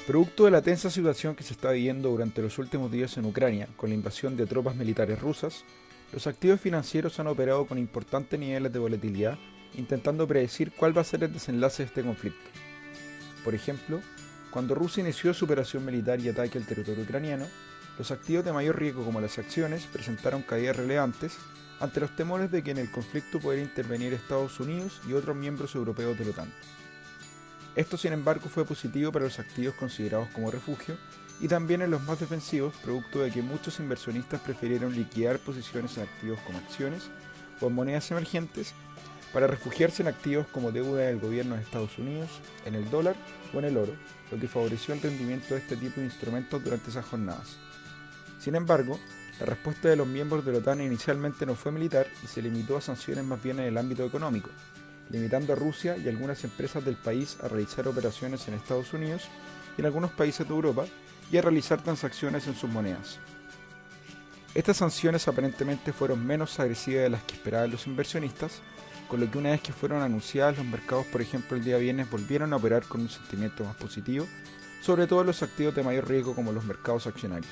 Producto de la tensa situación que se está viviendo durante los últimos días en Ucrania con la invasión de tropas militares rusas, los activos financieros han operado con importantes niveles de volatilidad, intentando predecir cuál va a ser el desenlace de este conflicto. Por ejemplo, cuando Rusia inició su operación militar y ataque al territorio ucraniano, los activos de mayor riesgo como las acciones presentaron caídas relevantes ante los temores de que en el conflicto pudiera intervenir Estados Unidos y otros miembros europeos de la OTAN. Esto, sin embargo, fue positivo para los activos considerados como refugio y también en los más defensivos, producto de que muchos inversionistas prefirieron liquidar posiciones en activos como acciones o en monedas emergentes para refugiarse en activos como deuda del gobierno de Estados Unidos, en el dólar o en el oro, lo que favoreció el rendimiento de este tipo de instrumentos durante esas jornadas. Sin embargo, la respuesta de los miembros de la OTAN inicialmente no fue militar y se limitó a sanciones más bien en el ámbito económico, limitando a Rusia y algunas empresas del país a realizar operaciones en Estados Unidos y en algunos países de Europa y a realizar transacciones en sus monedas. Estas sanciones aparentemente fueron menos agresivas de las que esperaban los inversionistas, con lo que una vez que fueron anunciadas los mercados, por ejemplo el día viernes, volvieron a operar con un sentimiento más positivo, sobre todo los activos de mayor riesgo como los mercados accionarios.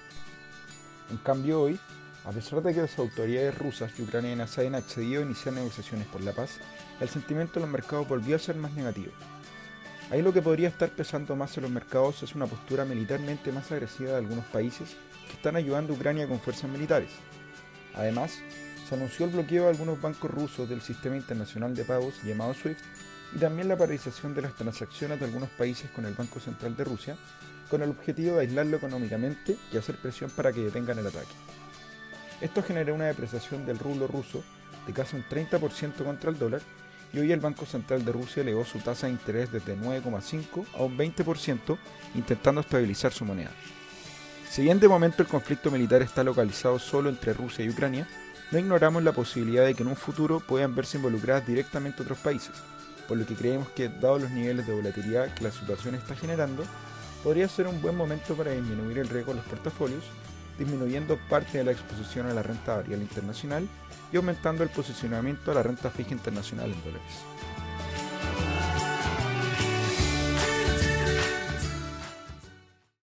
En cambio hoy, a pesar de que las autoridades rusas y ucranianas hayan accedido a iniciar negociaciones por la paz, el sentimiento de los mercados volvió a ser más negativo. Ahí lo que podría estar pesando más en los mercados es una postura militarmente más agresiva de algunos países que están ayudando a Ucrania con fuerzas militares. Además, se anunció el bloqueo de algunos bancos rusos del sistema internacional de pagos llamado SWIFT y también la paralización de las transacciones de algunos países con el Banco Central de Rusia, con el objetivo de aislarlo económicamente y hacer presión para que detengan el ataque. Esto generó una depreciación del rublo ruso de casi un 30% contra el dólar y hoy el Banco Central de Rusia elevó su tasa de interés desde 9,5 a un 20%, intentando estabilizar su moneda. Si bien de momento el conflicto militar está localizado solo entre Rusia y Ucrania, no ignoramos la posibilidad de que en un futuro puedan verse involucradas directamente otros países, por lo que creemos que, dados los niveles de volatilidad que la situación está generando, podría ser un buen momento para disminuir el riesgo de los portafolios, disminuyendo parte de la exposición a la renta variable internacional y aumentando el posicionamiento a la renta fija internacional en dólares.